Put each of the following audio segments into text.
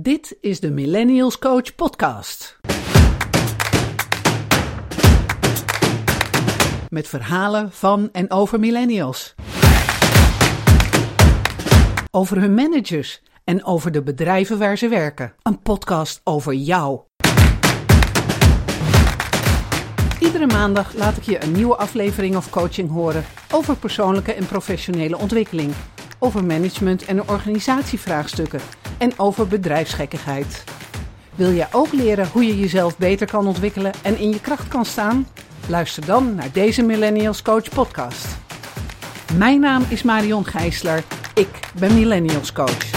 Dit is de Millennials Coach podcast. Met verhalen van en over millennials. Over hun managers en over de bedrijven waar ze werken. Een podcast over jou. Iedere maandag laat ik je een nieuwe aflevering of coaching horen over persoonlijke en professionele ontwikkeling, over management en organisatievraagstukken en over bedrijfsgekkigheid. Wil jij ook leren hoe je jezelf beter kan ontwikkelen en in je kracht kan staan? Luister dan naar deze Millennials Coach podcast. Mijn naam is Marion Gijsler. Ik ben Millennials Coach.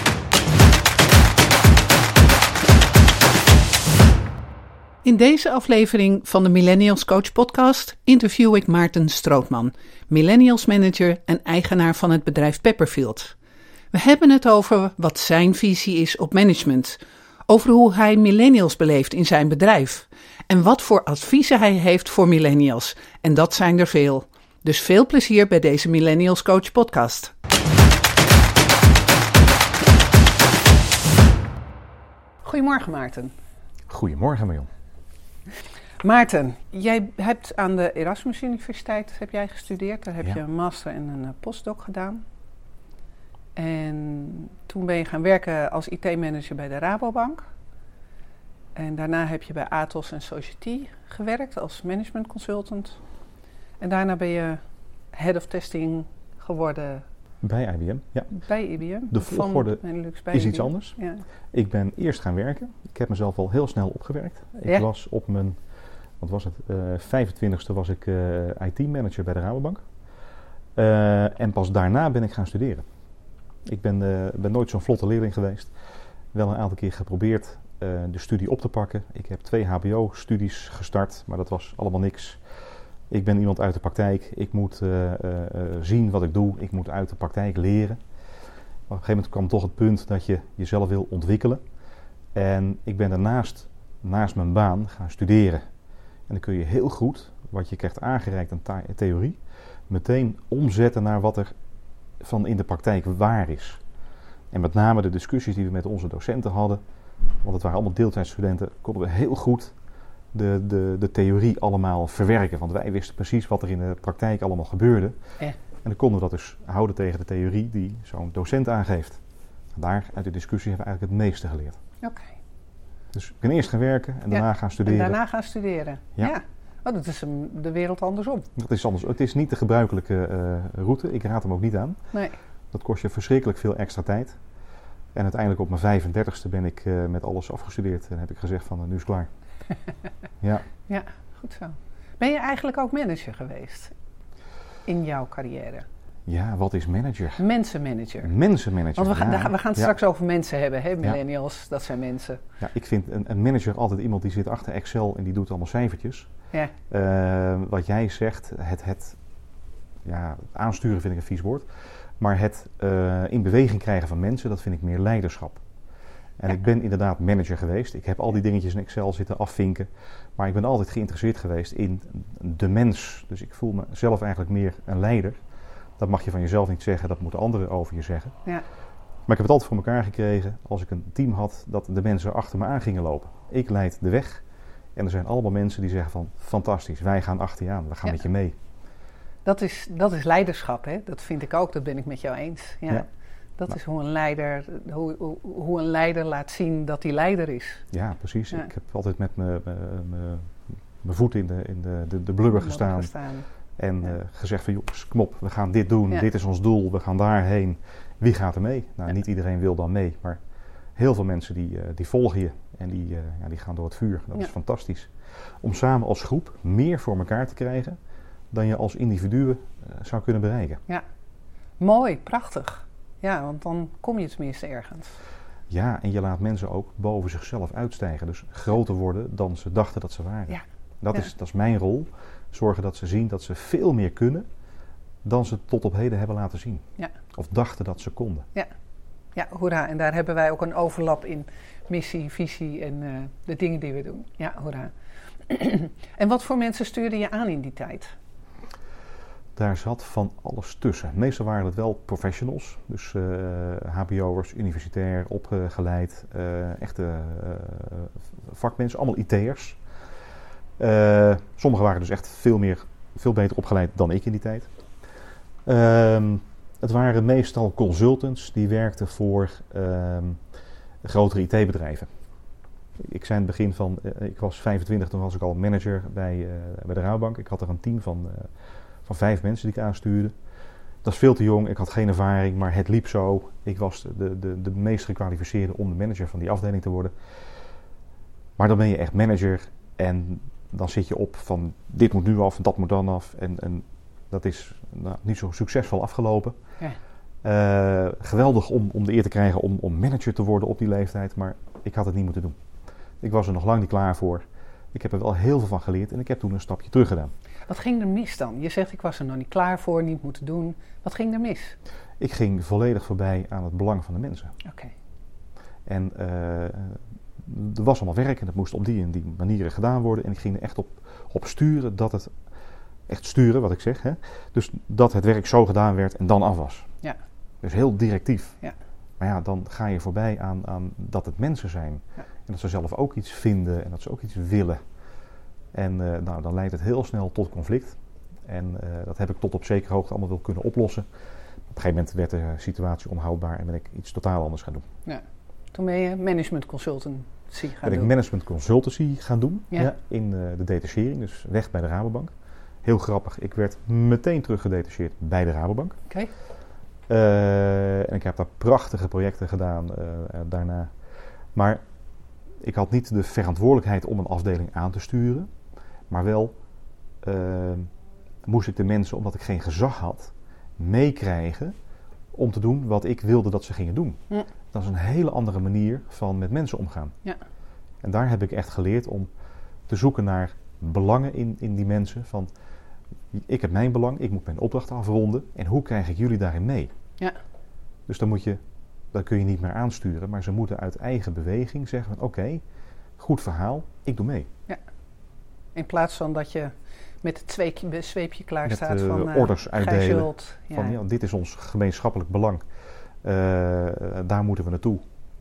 In deze aflevering van de Millennials Coach podcast interview ik Maarten Strootman, Millennials Manager en eigenaar van het bedrijf Pepperfield. We hebben het over wat zijn visie is op management, over hoe hij millennials beleeft in zijn bedrijf en wat voor adviezen hij heeft voor millennials. En dat zijn er veel. Dus veel plezier bij deze Millennials Coach podcast. Goedemorgen Maarten. Goedemorgen Marion. Maarten, jij hebt aan de Erasmus Universiteit gestudeerd. Daar heb je een master en een postdoc gedaan. En toen ben je gaan werken als IT-manager bij de Rabobank. En daarna heb je bij Atos en Society gewerkt als management consultant. En daarna ben je head of testing geworden. Bij IBM, ja. Bij IBM. De volgorde is iets anders. Ja. Ik ben eerst gaan werken. Ik heb mezelf al heel snel opgewerkt. Ik was op mijn, 25e was ik IT-manager bij de Rabobank. En pas daarna ben ik gaan studeren. Ik ben nooit zo'n vlotte leerling geweest. Wel een aantal keer geprobeerd de studie op te pakken. Ik heb 2 HBO-studies gestart, maar dat was allemaal niks. Ik ben iemand uit de praktijk. Ik moet zien wat ik doe. Ik moet uit de praktijk leren. Op een gegeven moment kwam toch het punt dat je jezelf wil ontwikkelen. En ik ben daarnaast, naast mijn baan, gaan studeren. En dan kun je heel goed, wat je krijgt aangereikt aan theorie, meteen omzetten naar wat er van in de praktijk waar is. En met name de discussies die we met onze docenten hadden, want het waren allemaal deeltijdstudenten, konden we heel goed de theorie allemaal verwerken. Want wij wisten precies wat er in de praktijk allemaal gebeurde. En dan konden we dat dus houden tegen de theorie die zo'n docent aangeeft. En daar uit de discussie hebben we eigenlijk het meeste geleerd. Oké. Dus ik ben eerst gaan werken en daarna gaan studeren. En daarna gaan studeren. Ja. Oh, dat is de wereld andersom. Dat is anders. Het is niet de gebruikelijke route. Ik raad hem ook niet aan. Nee. Dat kost je verschrikkelijk veel extra tijd. En uiteindelijk op mijn 35e ben ik met alles afgestudeerd. En heb ik gezegd van nu is het klaar. Ja, goed zo. Ben je eigenlijk ook manager geweest in jouw carrière? Ja, wat is manager? Mensenmanager. Mensenmanager. Want we gaan het straks over mensen hebben, hè? Millennials, dat zijn mensen. Ja, ik vind een manager altijd iemand die zit achter Excel en die doet allemaal cijfertjes. Ja. Wat jij zegt, het aansturen vind ik een vies woord. Maar het in beweging krijgen van mensen, dat vind ik meer leiderschap. En ik ben inderdaad manager geweest. Ik heb al die dingetjes in Excel zitten afvinken. Maar ik ben altijd geïnteresseerd geweest in de mens. Dus ik voel mezelf eigenlijk meer een leider. Dat mag je van jezelf niet zeggen, dat moeten anderen over je zeggen. Ja. Maar ik heb het altijd voor elkaar gekregen als ik een team had dat de mensen achter me aan gingen lopen. Ik leid de weg. En er zijn allemaal mensen die zeggen van fantastisch, wij gaan achter je aan, we gaan met je mee. Dat is leiderschap, hè? Dat vind ik ook, dat ben ik met jou eens. Ja. Dat is hoe een leider laat zien dat hij leider is. Ja, precies. Ja. Ik heb altijd met mijn voet in de blubber gestaan. En gezegd van jongens, kom op, we gaan dit doen, dit is ons doel, we gaan daarheen. Wie gaat er mee? Nou, niet iedereen wil dan mee, maar heel veel mensen die volgen je en die gaan door het vuur. Dat is fantastisch. Om samen als groep meer voor elkaar te krijgen dan je als individu zou kunnen bereiken. Ja, mooi, prachtig. Ja, want dan kom je tenminste ergens. Ja, en je laat mensen ook boven zichzelf uitstijgen. Dus groter worden dan ze dachten dat ze waren. Ja. Dat is mijn rol. Zorgen dat ze zien dat ze veel meer kunnen dan ze tot op heden hebben laten zien. Ja. Of dachten dat ze konden. Ja, hoera. En daar hebben wij ook een overlap in missie, visie en de dingen die we doen. Ja, hoera. En wat voor mensen stuurde je aan in die tijd? Daar zat van alles tussen. Meestal waren het wel professionals, dus hbo'ers, universitair, opgeleid, echte vakmensen, allemaal IT'ers. Sommigen waren dus echt veel beter opgeleid dan ik in die tijd. Het waren meestal consultants die werkten voor grotere IT-bedrijven. Ik zei in het begin van, ik was 25, toen was ik al manager bij de Rabobank. Ik had er een team van 5 mensen die ik aanstuurde. Dat is veel te jong, ik had geen ervaring, maar het liep zo. Ik was de meest gekwalificeerde om de manager van die afdeling te worden. Maar dan ben je echt manager en dan zit je op van dit moet nu af en dat moet dan af. En dat is niet zo succesvol afgelopen. Ja. Geweldig om de eer te krijgen om manager te worden op die leeftijd, maar ik had het niet moeten doen. Ik was er nog lang niet klaar voor. Ik heb er wel heel veel van geleerd en ik heb toen een stapje terug gedaan. Wat ging er mis dan? Je zegt ik was er nog niet klaar voor, niet moeten doen. Wat ging er mis? Ik ging volledig voorbij aan het belang van de mensen. Oké. En er was allemaal werk en dat moest op die en die manieren gedaan worden. En ik ging er echt op sturen dat het, echt sturen wat ik zeg, hè? Dus dat het werk zo gedaan werd en dan af was. Ja. Dus heel directief. Ja. Maar ja, dan ga je voorbij aan dat het mensen zijn. Ja. En dat ze zelf ook iets vinden en dat ze ook iets willen. En dan leidt het heel snel tot conflict. En dat heb ik tot op zekere hoogte allemaal wel kunnen oplossen. Op een gegeven moment werd de situatie onhoudbaar en ben ik iets totaal anders gaan doen. Ja. Toen ben je management consultancy gaan doen. Ben ik management consultancy gaan doen, ja, in de detachering, dus weg bij de Rabobank. Heel grappig, ik werd meteen teruggedetacheerd bij de Rabobank. Okay. En ik heb daar prachtige projecten gedaan daarna. Maar ik had niet de verantwoordelijkheid om een afdeling aan te sturen. Maar wel moest ik de mensen, omdat ik geen gezag had, meekrijgen om te doen wat ik wilde dat ze gingen doen. Ja. Dat is een hele andere manier van met mensen omgaan. Ja. En daar heb ik echt geleerd om te zoeken naar belangen in die mensen. Van, ik heb mijn belang, ik moet mijn opdracht afronden. En hoe krijg ik jullie daarin mee? Ja. Dus dan kun je niet meer aansturen. Maar ze moeten uit eigen beweging zeggen van oké, goed verhaal, ik doe mee. Ja. In plaats van dat je met het zweepje klaar staat van orders uitdelen. Van ja, dit is ons gemeenschappelijk belang. Daar moeten we naartoe.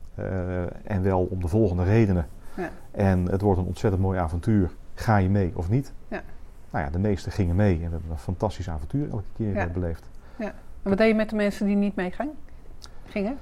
En wel om de volgende redenen. Ja. En het wordt een ontzettend mooi avontuur. Ga je mee of niet? Ja. Nou ja, de meesten gingen mee. En we hebben een fantastisch avontuur elke keer beleefd. Ja. En wat deed je met de mensen die niet gingen?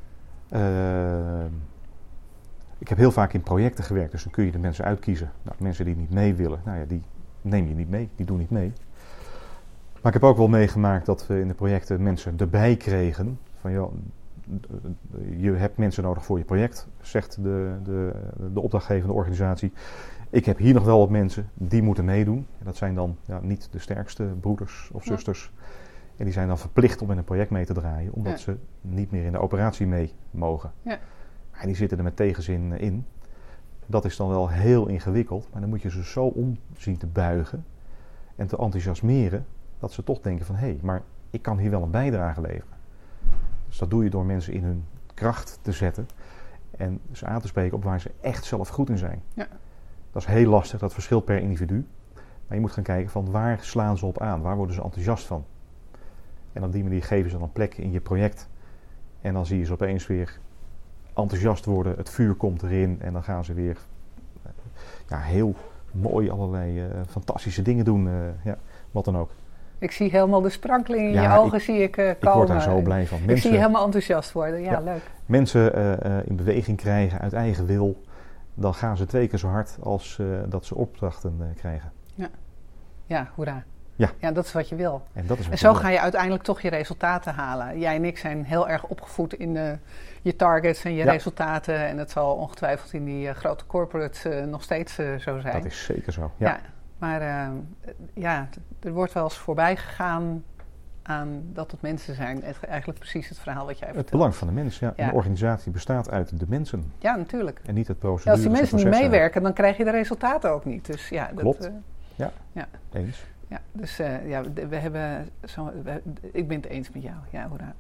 Ik heb heel vaak in projecten gewerkt. Dus dan kun je de mensen uitkiezen. Nou, mensen die niet mee willen, nou ja, die neem je niet mee. Die doen niet mee. Maar ik heb ook wel meegemaakt dat we in de projecten mensen erbij kregen. Van joh, je hebt mensen nodig voor je project, zegt de opdrachtgevende organisatie. Ik heb hier nog wel wat mensen, die moeten meedoen. En dat zijn dan niet de sterkste broeders of zusters. En die zijn dan verplicht om in een project mee te draaien, omdat ze niet meer in de operatie mee mogen. Ja. Maar die zitten er met tegenzin in. Dat is dan wel heel ingewikkeld, maar dan moet je ze zo om zien te buigen en te enthousiasmeren, dat ze toch denken van hé, maar ik kan hier wel een bijdrage leveren. Dus dat doe je door mensen in hun kracht te zetten en ze aan te spreken op waar ze echt zelf goed in zijn. Ja. Dat is heel lastig, dat verschilt per individu. Maar je moet gaan kijken van waar slaan ze op aan, waar worden ze enthousiast van. En op die manier geven ze dan een plek in je project. En dan zie je ze opeens weer enthousiast worden, het vuur komt erin en dan gaan ze weer heel mooi allerlei fantastische dingen doen, wat dan ook. Ik zie helemaal de sprankeling in je ogen, zie ik komen. Ik word daar zo blij van. Ik zie je helemaal enthousiast worden, leuk. Mensen in beweging krijgen uit eigen wil, dan gaan ze 2 keer zo hard als dat ze opdrachten krijgen. Ja, hoera. Ja, dat is wat je wil. En zo ga je uiteindelijk toch je resultaten halen. Jij en ik zijn heel erg opgevoed in je targets en je resultaten. En het zal ongetwijfeld in die grote corporates nog steeds zo zijn. Dat is zeker zo, Maar er wordt wel eens voorbij gegaan aan dat het mensen zijn. Eigenlijk precies het verhaal wat jij vertelt. Het belang van de mens, ja. Een organisatie bestaat uit de mensen. Ja, natuurlijk. En niet het procedure. Als de mensen niet meewerken, dan krijg je de resultaten ook niet. Dus klopt. Eens. Ja, dus we hebben ik ben het eens met jou. Ja, hoera.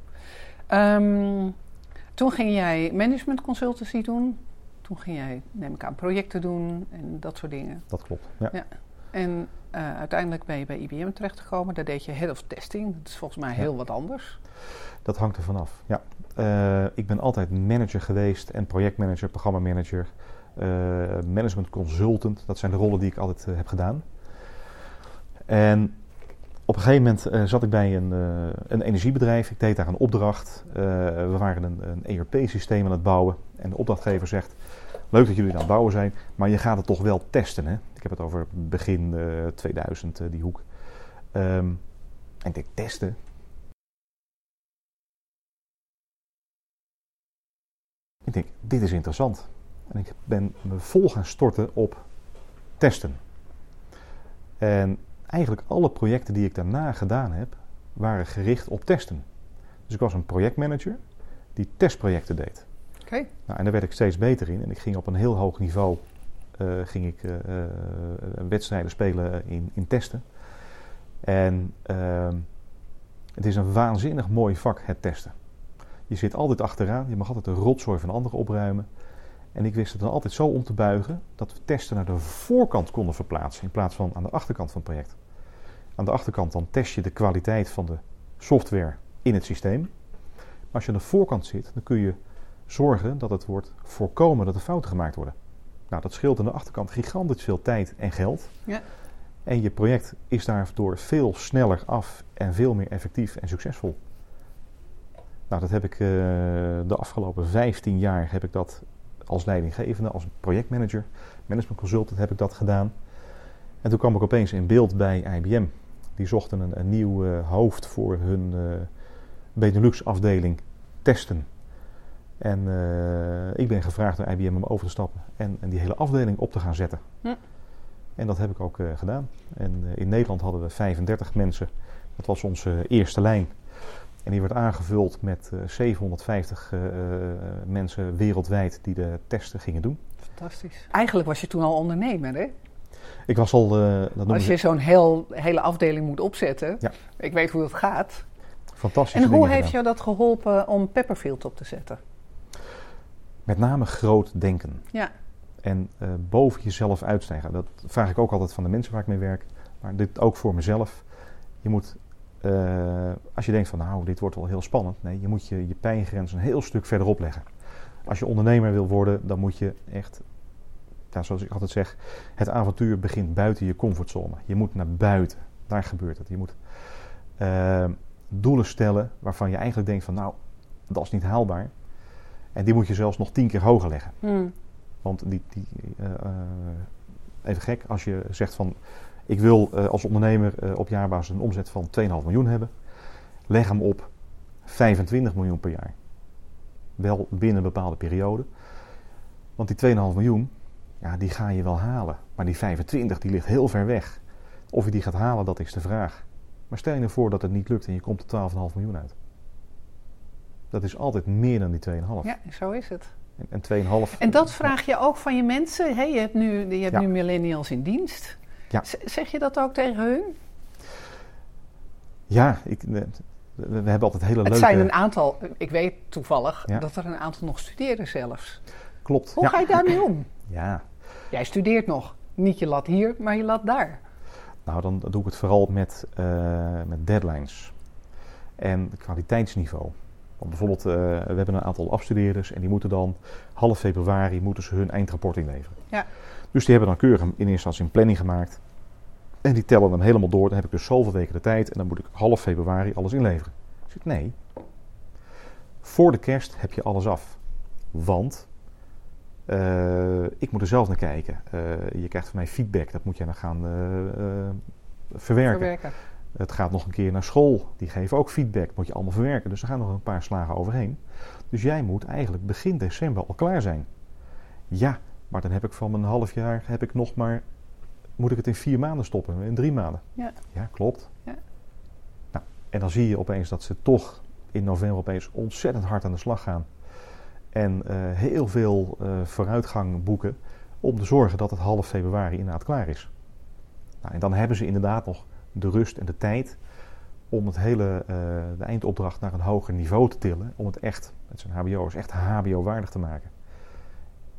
Toen ging jij management consultancy doen. Toen ging jij, neem ik aan, projecten doen en dat soort dingen. Dat klopt, ja. En uiteindelijk ben je bij IBM terechtgekomen. Daar deed je Head of Testing. Dat is volgens mij heel wat anders. Dat hangt er vanaf, ja. Ik ben altijd manager geweest en projectmanager, programmamanager, management consultant. Dat zijn de rollen die ik altijd heb gedaan. En op een gegeven moment zat ik bij een energiebedrijf. Ik deed daar een opdracht. We waren een ERP-systeem aan het bouwen. En de opdrachtgever zegt, leuk dat jullie aan het bouwen zijn, maar je gaat het toch wel testen, hè? Ik heb het over begin 2000, die hoek. En ik denk, testen? Ik denk, dit is interessant. En ik ben me vol gaan storten op testen. En eigenlijk alle projecten die ik daarna gedaan heb, waren gericht op testen. Dus ik was een projectmanager die testprojecten deed. Okay. Nou, en daar werd ik steeds beter in. En ik ging op een heel hoog niveau wedstrijden spelen in testen. En het is een waanzinnig mooi vak, het testen. Je zit altijd achteraan, je mag altijd de rotzooi van anderen opruimen. En ik wist het dan altijd zo om te buigen dat we testen naar de voorkant konden verplaatsen in plaats van aan de achterkant van het project. Aan de achterkant dan test je de kwaliteit van de software in het systeem. Maar als je aan de voorkant zit, dan kun je zorgen dat het wordt voorkomen dat er fouten gemaakt worden. Nou, dat scheelt aan de achterkant gigantisch veel tijd en geld. Ja. En je project is daardoor veel sneller af en veel meer effectief en succesvol. Nou, dat heb ik de afgelopen 15 jaar heb ik dat als leidinggevende, als projectmanager, management consultant heb ik dat gedaan. En toen kwam ik opeens in beeld bij IBM. Die zochten een nieuw hoofd voor hun Benelux-afdeling testen. En ik ben gevraagd door IBM om over te stappen en die hele afdeling op te gaan zetten. Hm. En dat heb ik ook gedaan. En in Nederland hadden we 35 mensen. Dat was onze eerste lijn. En die werd aangevuld met 750 mensen wereldwijd die de testen gingen doen. Fantastisch. Eigenlijk was je toen al ondernemer, hè? Ik was al... Als je zo'n hele afdeling moet opzetten. Ja. Ik weet hoe dat gaat. Fantastisch. En hoe heeft jou dat geholpen om Pepperfield op te zetten? Met name groot denken. Ja. En boven jezelf uitstijgen. Dat vraag ik ook altijd van de mensen waar ik mee werk. Maar dit ook voor mezelf. Je moet... als je denkt van nou, dit wordt wel heel spannend. Nee, je moet je pijngrens een heel stuk verderop leggen. Als je ondernemer wil worden, dan moet je echt, zoals ik altijd zeg, het avontuur begint buiten je comfortzone. Je moet naar buiten. Daar gebeurt het. Je moet doelen stellen waarvan je eigenlijk denkt van nou, dat is niet haalbaar. En die moet je zelfs nog 10 keer hoger leggen. Want even gek, als je zegt van ik wil als ondernemer op jaarbasis een omzet van 2,5 miljoen hebben. Leg hem op 25 miljoen per jaar. Wel binnen een bepaalde periode. Want die 2,5 miljoen, ja, die ga je wel halen. Maar die 25, die ligt heel ver weg. Of je die gaat halen, dat is de vraag. Maar stel je voor dat het niet lukt en je komt op 12,5 miljoen uit. Dat is altijd meer dan die 2,5. Ja, zo is het. En 2,5... En dat vraag je ook van je mensen? Hey, je hebt nu millennials in dienst. Ja. Zeg je dat ook tegen hun? Ja, we hebben altijd hele leuke... Het zijn een aantal, ik weet toevallig, dat er een aantal nog studeren zelfs. Klopt. Hoe ga je daarmee om? Ja. Jij studeert nog. Niet je lat hier, maar je lat daar. Nou, dan doe ik het vooral met deadlines. En kwaliteitsniveau. Want bijvoorbeeld, we hebben een aantal afstudeerders en die moeten dan half februari moeten ze hun eindrapport inleveren. Ja. Dus die hebben dan keurig in eerste instantie een planning gemaakt. En die tellen hem helemaal door. Dan heb ik dus zoveel weken de tijd en dan moet ik half februari alles inleveren. Ik zeg nee. Voor de kerst heb je alles af. Want ik moet er zelf naar kijken. Je krijgt van mij feedback. Dat moet je dan gaan verwerken. Het gaat nog een keer naar school. Die geven ook feedback. Dat moet je allemaal verwerken. Dus er gaan nog een paar slagen overheen. Dus jij moet eigenlijk begin december al klaar zijn. Ja, maar dan heb ik van mijn half jaar moet ik het in 4 maanden stoppen, in 3 maanden. Ja, ja klopt. Ja. Nou, en dan zie je opeens dat ze toch in november opeens ontzettend hard aan de slag gaan. En heel veel vooruitgang boeken om te zorgen dat het half februari inderdaad klaar is. Nou, en dan hebben ze inderdaad nog de rust en de tijd om de eindopdracht naar een hoger niveau te tillen. Om het echt, met zijn hbo'ers, echt hbo-waardig te maken.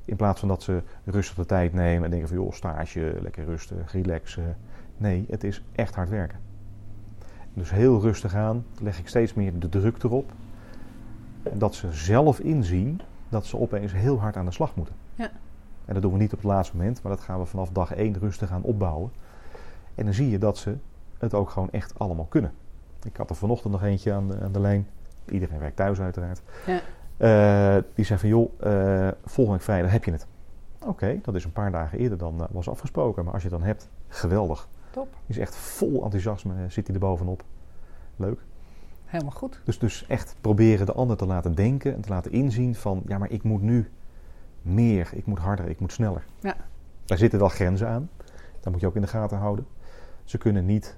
In plaats van dat ze rustig de tijd nemen en denken van joh, stage, lekker rustig, relaxen. Nee, het is echt hard werken. Dus heel rustig aan, leg ik steeds meer de druk erop. Dat ze zelf inzien dat ze opeens heel hard aan de slag moeten. Ja. En dat doen we niet op het laatste moment, maar dat gaan we vanaf dag 1 rustig aan opbouwen. En dan zie je dat ze het ook gewoon echt allemaal kunnen. Ik had er vanochtend nog eentje aan de lijn. Iedereen werkt thuis uiteraard. Ja. Die zei van joh, volgende week vrijdag heb je het. Oké, dat is een paar dagen eerder dan was afgesproken. Maar als je het dan hebt, geweldig. Top. Die is echt vol enthousiasme, zit hij er bovenop. Leuk. Helemaal goed. Dus echt proberen de ander te laten denken en te laten inzien van ja, maar ik moet nu meer, ik moet harder, ik moet sneller. Ja. Daar zitten wel grenzen aan. Dat moet je ook in de gaten houden. Ze kunnen niet,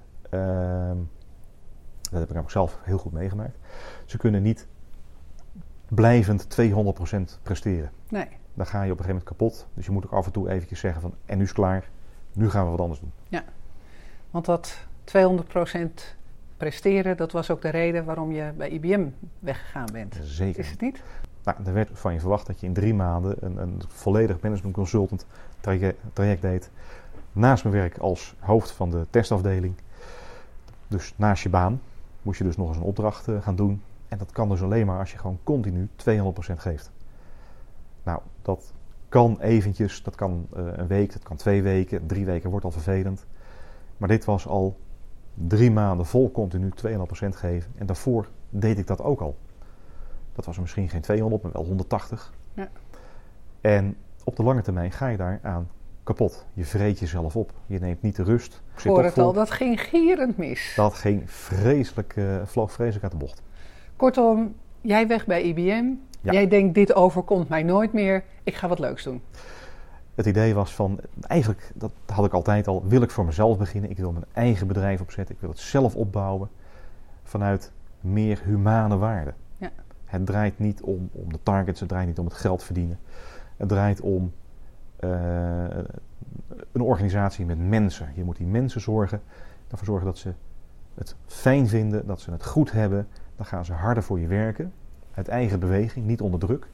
dat heb ik ook zelf heel goed meegemaakt. Ze kunnen niet blijvend 200% presteren. Nee. Dan ga je op een gegeven moment kapot. Dus je moet ook af en toe eventjes zeggen van en nu is het klaar. Nu gaan we wat anders doen. Ja, want dat 200% presteren, dat was ook de reden waarom je bij IBM weggegaan bent. Zeker. Is het niet? Nou, er werd van je verwacht dat je in 3 maanden een volledig management consultant traject deed. Naast mijn werk als hoofd van de testafdeling. Dus naast je baan moest je dus nog eens een opdracht gaan doen. En dat kan dus alleen maar als je gewoon continu 200% geeft. Nou, dat kan eventjes, dat kan een week, dat kan 2 weken, 3 weken wordt al vervelend. Maar dit was al 3 maanden vol continu 200% geven. En daarvoor deed ik dat ook al. Dat was misschien geen 200, maar wel 180. Ja. En op de lange termijn ga je daar aan kapot. Je vreet jezelf op. Je neemt niet de rust. Ik hoor het al, dat ging gierend mis. Dat ging vloog vreselijk uit de bocht. Kortom, jij weg bij IBM. Ja. Jij denkt, dit overkomt mij nooit meer. Ik ga wat leuks doen. Het idee was van, eigenlijk, dat had ik altijd al, wil ik voor mezelf beginnen. Ik wil mijn eigen bedrijf opzetten. Ik wil het zelf opbouwen. Vanuit meer humane waarden. Ja. Het draait niet om de targets, het draait niet om het geld verdienen. Het draait om een organisatie met mensen. Je moet die mensen ervoor zorgen dat ze het fijn vinden, dat ze het goed hebben. Dan gaan ze harder voor je werken. Uit eigen beweging, niet onder druk.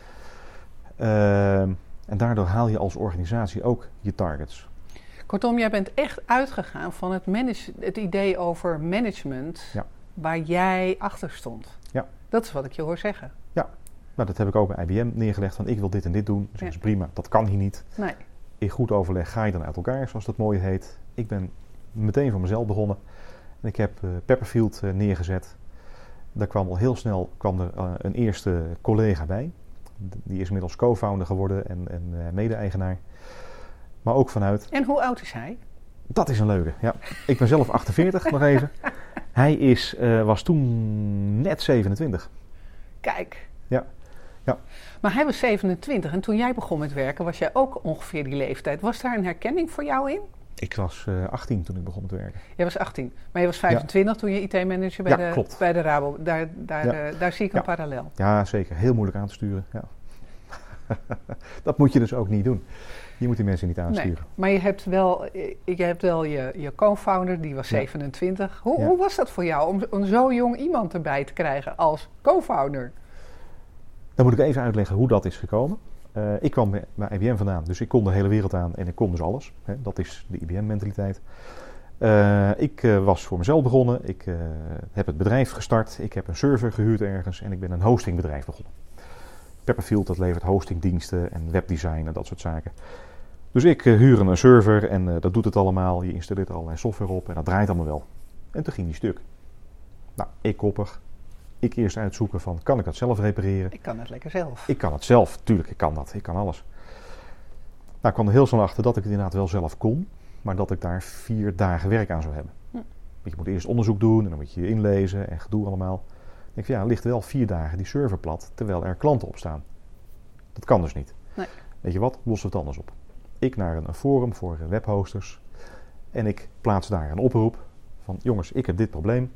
En daardoor haal je als organisatie ook je targets. Kortom, jij bent echt uitgegaan van het idee over management, ja, waar jij achter stond. Ja. Dat is wat ik je hoor zeggen. Ja, nou, dat heb ik ook bij IBM neergelegd. Van ik wil dit en dit doen. Dus dat is prima, dat kan hier niet. Nee. In goed overleg ga je dan uit elkaar, zoals dat mooi heet. Ik ben meteen voor mezelf begonnen. En ik heb Pepperfield neergezet. Daar kwam al heel snel een eerste collega bij. Die is inmiddels co-founder geworden en mede-eigenaar. Maar ook vanuit... En hoe oud is hij? Dat is een leuke, ja. Ik ben zelf 48, nog even. Hij was toen net 27. Kijk. Ja. Ja. Maar hij was 27 en toen jij begon met werken was jij ook ongeveer die leeftijd. Was daar een herkenning voor jou in? Ik was 18 toen ik begon met werken. Jij was 18, maar je was 25 toen je IT-manager bij de Rabo. Daar zie ik een parallel. Ja, zeker. Heel moeilijk aan te sturen. Ja. Dat moet je dus ook niet doen. Je moet die mensen niet aansturen. Nee, maar je hebt wel je co-founder, die was 27. Hoe was dat voor jou om zo jong iemand erbij te krijgen als co-founder? Dan moet ik even uitleggen hoe dat is gekomen. Ik kwam bij IBM vandaan, dus ik kon de hele wereld aan en ik kon dus alles. Dat is de IBM-mentaliteit. Ik was voor mezelf begonnen. Ik heb het bedrijf gestart. Ik heb een server gehuurd ergens en ik ben een hostingbedrijf begonnen. Pepperfield, dat levert hostingdiensten en webdesign en dat soort zaken. Dus ik huur een server en dat doet het allemaal. Je installeert er allerlei software op en dat draait allemaal wel. En toen ging die stuk. Nou, ik koppig. Ik eerst uitzoeken van, kan ik dat zelf repareren? Ik kan het lekker zelf. Ik kan het zelf, tuurlijk, ik kan dat. Ik kan alles. Nou, ik kwam er heel snel achter dat ik het inderdaad wel zelf kon, maar dat ik daar 4 dagen werk aan zou hebben. Je moet eerst onderzoek doen en dan moet je je inlezen en gedoe allemaal. Ik denk van, ja, er ligt wel 4 dagen die server plat, terwijl er klanten op staan. Dat kan dus niet. Nee. Weet je wat, lossen we het anders op. Ik naar een forum voor webhosters en ik plaats daar een oproep van, jongens, ik heb dit probleem.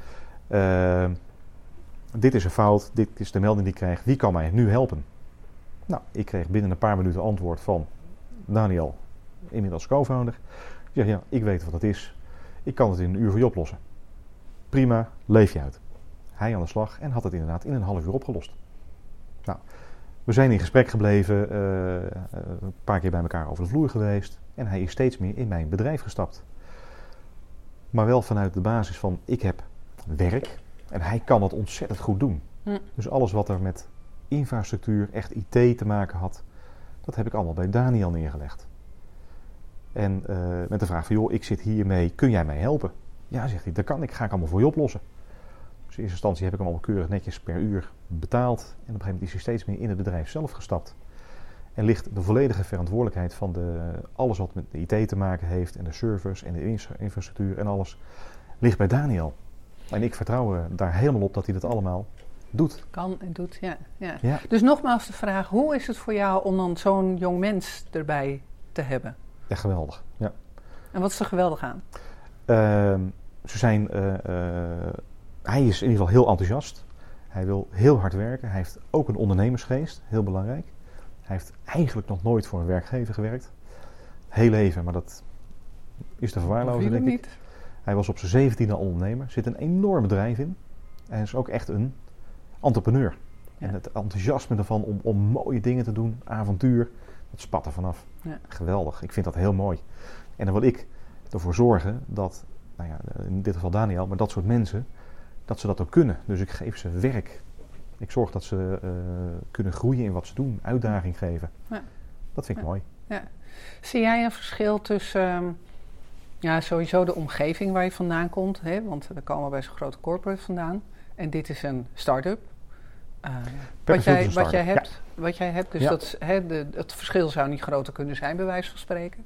Dit is een fout, dit is de melding die ik krijg. Wie kan mij nu helpen? Nou, ik kreeg binnen een paar minuten antwoord van Daniel, inmiddels co-founder. Ik zeg, ja, ik weet wat het is. Ik kan het in een uur voor je oplossen. Prima, leef je uit. Hij aan de slag en had het inderdaad in een half uur opgelost. Nou, We zijn in gesprek gebleven, een paar keer bij elkaar over de vloer geweest. En hij is steeds meer in mijn bedrijf gestapt. Maar wel vanuit de basis van, ik heb werk en hij kan het ontzettend goed doen. Dus alles wat er met infrastructuur, echt IT te maken had, dat heb ik allemaal bij Daniel neergelegd. En met de vraag van, joh, ik zit hiermee, kun jij mij helpen? Ja, zegt hij, dat kan ik, ga ik allemaal voor je oplossen. Dus in eerste instantie heb ik hem allemaal keurig netjes per uur betaald. En op een gegeven moment is hij steeds meer in het bedrijf zelf gestapt. En ligt de volledige verantwoordelijkheid van alles wat met de IT te maken heeft en de servers en de infrastructuur en alles, ligt bij Daniel. En ik vertrouw daar helemaal op dat hij dat allemaal doet. Kan en doet, ja. Dus nogmaals de vraag, hoe is het voor jou om dan zo'n jong mens erbij te hebben? Ja, geweldig. Ja. En wat is er geweldig aan? Hij is in ieder geval heel enthousiast. Hij wil heel hard werken. Hij heeft ook een ondernemersgeest, heel belangrijk. Hij heeft eigenlijk nog nooit voor een werkgever gewerkt. Heel even, maar dat is te verwaarlozen, denk ik. Hij was op zijn 17e al ondernemer. Zit een enorm bedrijf in. En hij is ook echt een entrepreneur. Ja. En het enthousiasme ervan om mooie dingen te doen, avontuur, dat spat er vanaf. Ja. Geweldig. Ik vind dat heel mooi. En dan wil ik ervoor zorgen dat, nou ja, in dit geval Daniel, maar dat soort mensen, dat ze dat ook kunnen. Dus ik geef ze werk. Ik zorg dat ze kunnen groeien in wat ze doen. Uitdaging geven. Ja. Dat vind ik mooi. Ja. Zie jij een verschil tussen sowieso de omgeving waar je vandaan komt? Hè? Want we komen bij zo'n grote corporate vandaan. En dit is een start-up. Wat jij hebt. Dus dat, het verschil zou niet groter kunnen zijn, bij wijze van spreken.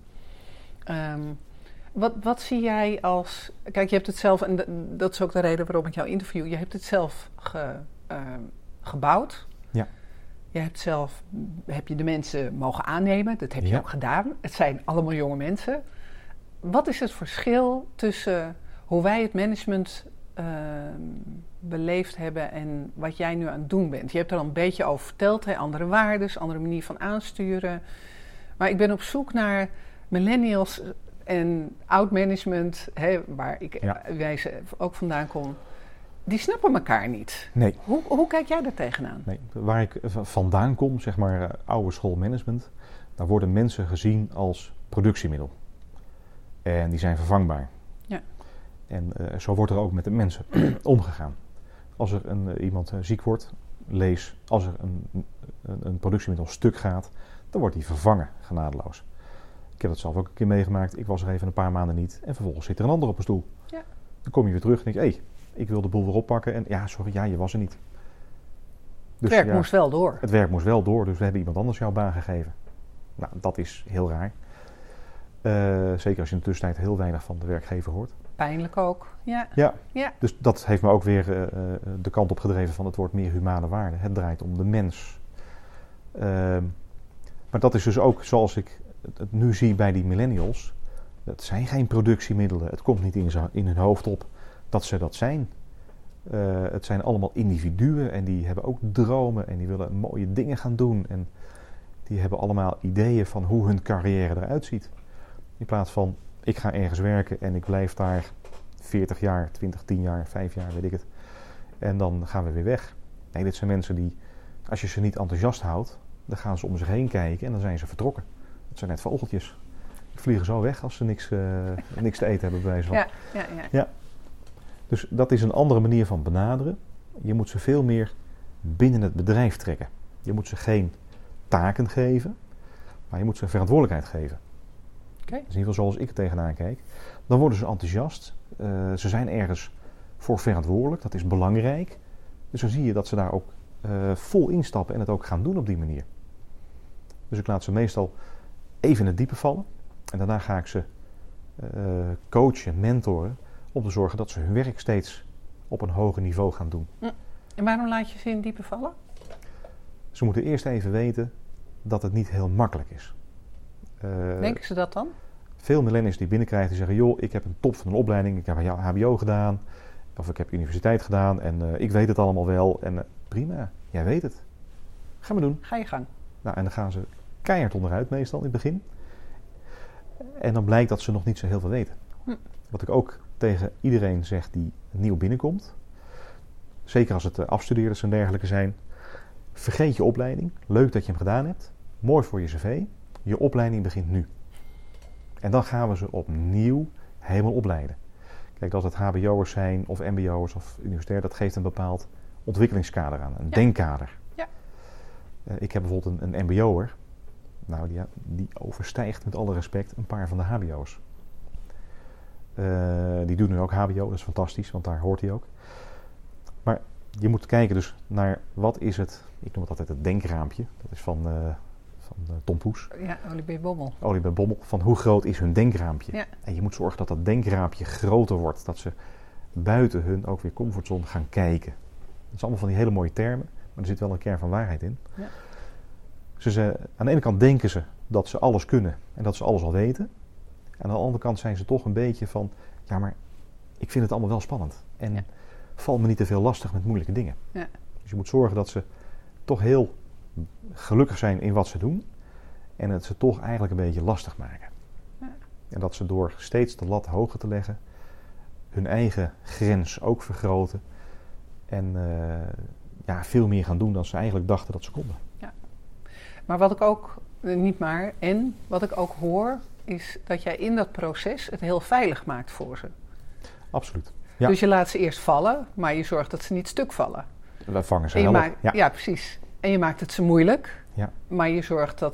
Wat zie jij als... Kijk, je hebt het zelf, en dat is ook de reden waarom ik jou interview. Je hebt het zelf gebouwd. Ja. Heb je de mensen mogen aannemen. Dat heb je ook gedaan. Het zijn allemaal jonge mensen. Wat is het verschil tussen hoe wij het management beleefd hebben en wat jij nu aan het doen bent? Je hebt er al een beetje over verteld. Hè? Andere waardes, andere manier van aansturen. Maar ik ben op zoek naar millennials en oud management, waar wij ook vandaan kom. Die snappen elkaar niet. Nee. Hoe kijk jij daar tegenaan? Nee. Waar ik vandaan kom, zeg maar oude school management, daar worden mensen gezien als productiemiddel. En die zijn vervangbaar. Ja. En zo wordt er ook met de mensen omgegaan. Als er iemand ziek wordt, als er een productiemiddel stuk gaat, dan wordt die vervangen, genadeloos. Ik heb dat zelf ook een keer meegemaakt. Ik was er even een paar maanden niet. En vervolgens zit er een ander op een stoel. Ja. Dan kom je weer terug en denk je, ik wil de boel weer oppakken. En je was er niet. Dus, het werk moest wel door. Het werk moest wel door, dus we hebben iemand anders jouw baan gegeven. Nou, dat is heel raar. Zeker als je in de tussentijd heel weinig van de werkgever hoort. Pijnlijk ook, ja. Dus dat heeft me ook weer de kant op gedreven van het wordt meer humane waarde. Het draait om de mens. Maar dat is dus ook zoals ik het nu zie bij die millennials. Het zijn geen productiemiddelen. Het komt niet in hun hoofd op dat ze dat zijn. Het zijn allemaal individuen en die hebben ook dromen en die willen mooie dingen gaan doen. En die hebben allemaal ideeën van hoe hun carrière eruit ziet. In plaats van, ik ga ergens werken en ik blijf daar 40 jaar, 20, 10 jaar, 5 jaar, weet ik het. En dan gaan we weer weg. Nee, dit zijn mensen die, als je ze niet enthousiast houdt, dan gaan ze om zich heen kijken en dan zijn ze vertrokken. Het zijn net vogeltjes. Die vliegen zo weg als ze niks te eten hebben bij wijze van. Ja. Dus dat is een andere manier van benaderen. Je moet ze veel meer binnen het bedrijf trekken. Je moet ze geen taken geven, maar je moet ze verantwoordelijkheid geven. Okay. Dat is in ieder geval zoals ik er tegenaan kijk. Dan worden ze enthousiast. Ze zijn ergens voor verantwoordelijk. Dat is belangrijk. Dus dan zie je dat ze daar ook vol instappen en het ook gaan doen op die manier. Dus ik laat ze meestal even in het diepe vallen. En daarna ga ik ze coachen, mentoren, om te zorgen dat ze hun werk steeds op een hoger niveau gaan doen. En waarom laat je ze in het diepe vallen? Ze moeten eerst even weten dat het niet heel makkelijk is. Denken ze dat dan? Veel millennials die binnenkrijgen, die zeggen, joh, ik heb een top van een opleiding, ik heb een HBO gedaan, of ik heb universiteit gedaan en ik weet het allemaal wel. En prima, jij weet het. Ga maar doen. Ga je gang. Nou, en dan gaan ze keihard onderuit meestal in het begin. En dan blijkt dat ze nog niet zo heel veel weten. Wat ik ook tegen iedereen zeg die nieuw binnenkomt, zeker als het afstudeerders en dergelijke zijn, vergeet je opleiding. Leuk dat je hem gedaan hebt. Mooi voor je cv. Je opleiding begint nu. En dan gaan we ze opnieuw helemaal opleiden. Kijk, dat het hbo'ers zijn of mbo'ers of universitair, dat geeft een bepaald ontwikkelingskader aan. Een denkkader. Ja. Ik heb bijvoorbeeld een mbo'er. Nou, die overstijgt met alle respect een paar van de hbo'ers. Die doet nu ook hbo, dat is fantastisch, want daar hoort hij ook. Maar je moet kijken dus naar wat is het, ik noem het altijd het denkraampje. Dat is van Tom Poes. Ja, Olie B. Bommel. Olie B. Bommel, van hoe groot is hun denkraampje. Ja. En je moet zorgen dat dat denkraampje groter wordt. Dat ze buiten hun ook weer comfortzone gaan kijken. Dat is allemaal van die hele mooie termen, maar er zit wel een kern van waarheid in. Ja. Aan de ene kant denken ze dat ze alles kunnen en dat ze alles al weten. En aan de andere kant zijn ze toch een beetje van, ja, maar ik vind het allemaal wel spannend. En val me niet te veel lastig met moeilijke dingen. Ja. Dus je moet zorgen dat ze toch heel gelukkig zijn in wat ze doen. En het ze toch eigenlijk een beetje lastig maken. Ja. En dat ze door steeds de lat hoger te leggen, hun eigen grens ook vergroten. En veel meer gaan doen dan ze eigenlijk dachten dat ze konden. Ja. Maar wat ik ook, wat ik ook hoor, is dat jij in dat proces het heel veilig maakt voor ze. Absoluut. Ja. Dus je laat ze eerst vallen, maar je zorgt dat ze niet stuk vallen. We vangen ze wel op. Ja, precies. En je maakt het ze moeilijk, maar je zorgt dat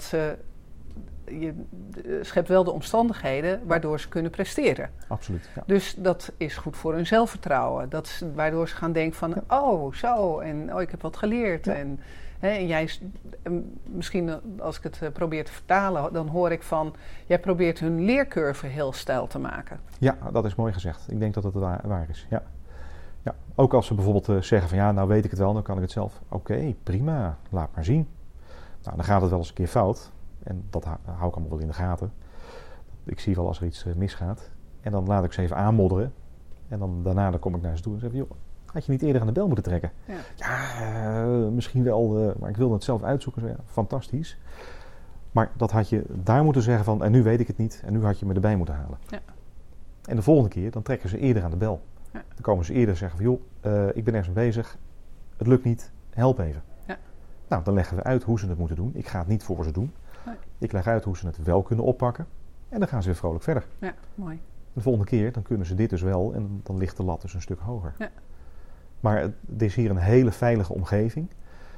je schept wel de omstandigheden waardoor ze kunnen presteren. Absoluut. Ja. Dus dat is goed voor hun zelfvertrouwen. Waardoor ze gaan denken van, oh, zo, en ik heb wat geleerd. Ja. En jij, misschien als ik het probeer te vertalen, dan hoor ik van, jij probeert hun leercurve heel steil te maken. Ja, dat is mooi gezegd. Ik denk dat het waar is, ja. Ja. Ook als ze bijvoorbeeld zeggen van, nou weet ik het wel, dan kan ik het zelf. Oké, prima, laat maar zien. Nou, dan gaat het wel eens een keer fout. En dat hou ik allemaal wel in de gaten. Ik zie wel als er iets misgaat. En dan laat ik ze even aanmodderen. En dan daarna kom ik naar ze toe en zeg, joh, had je niet eerder aan de bel moeten trekken? Ja, misschien wel, maar ik wilde het zelf uitzoeken. Zo, ja, fantastisch. Maar dat had je daar moeten zeggen van, en nu weet ik het niet. En nu had je me erbij moeten halen. Ja. En de volgende keer, dan trekken ze eerder aan de bel. Ja. Dan komen ze eerder zeggen van, joh, ik ben ergens mee bezig. Het lukt niet, help even. Ja. Nou, dan leggen we uit hoe ze het moeten doen. Ik ga het niet voor ze doen. Nee. Ik leg uit hoe ze het wel kunnen oppakken. En dan gaan ze weer vrolijk verder. Ja, mooi. De volgende keer, dan kunnen ze dit dus wel. En dan ligt de lat dus een stuk hoger. Ja. Maar het is hier een hele veilige omgeving.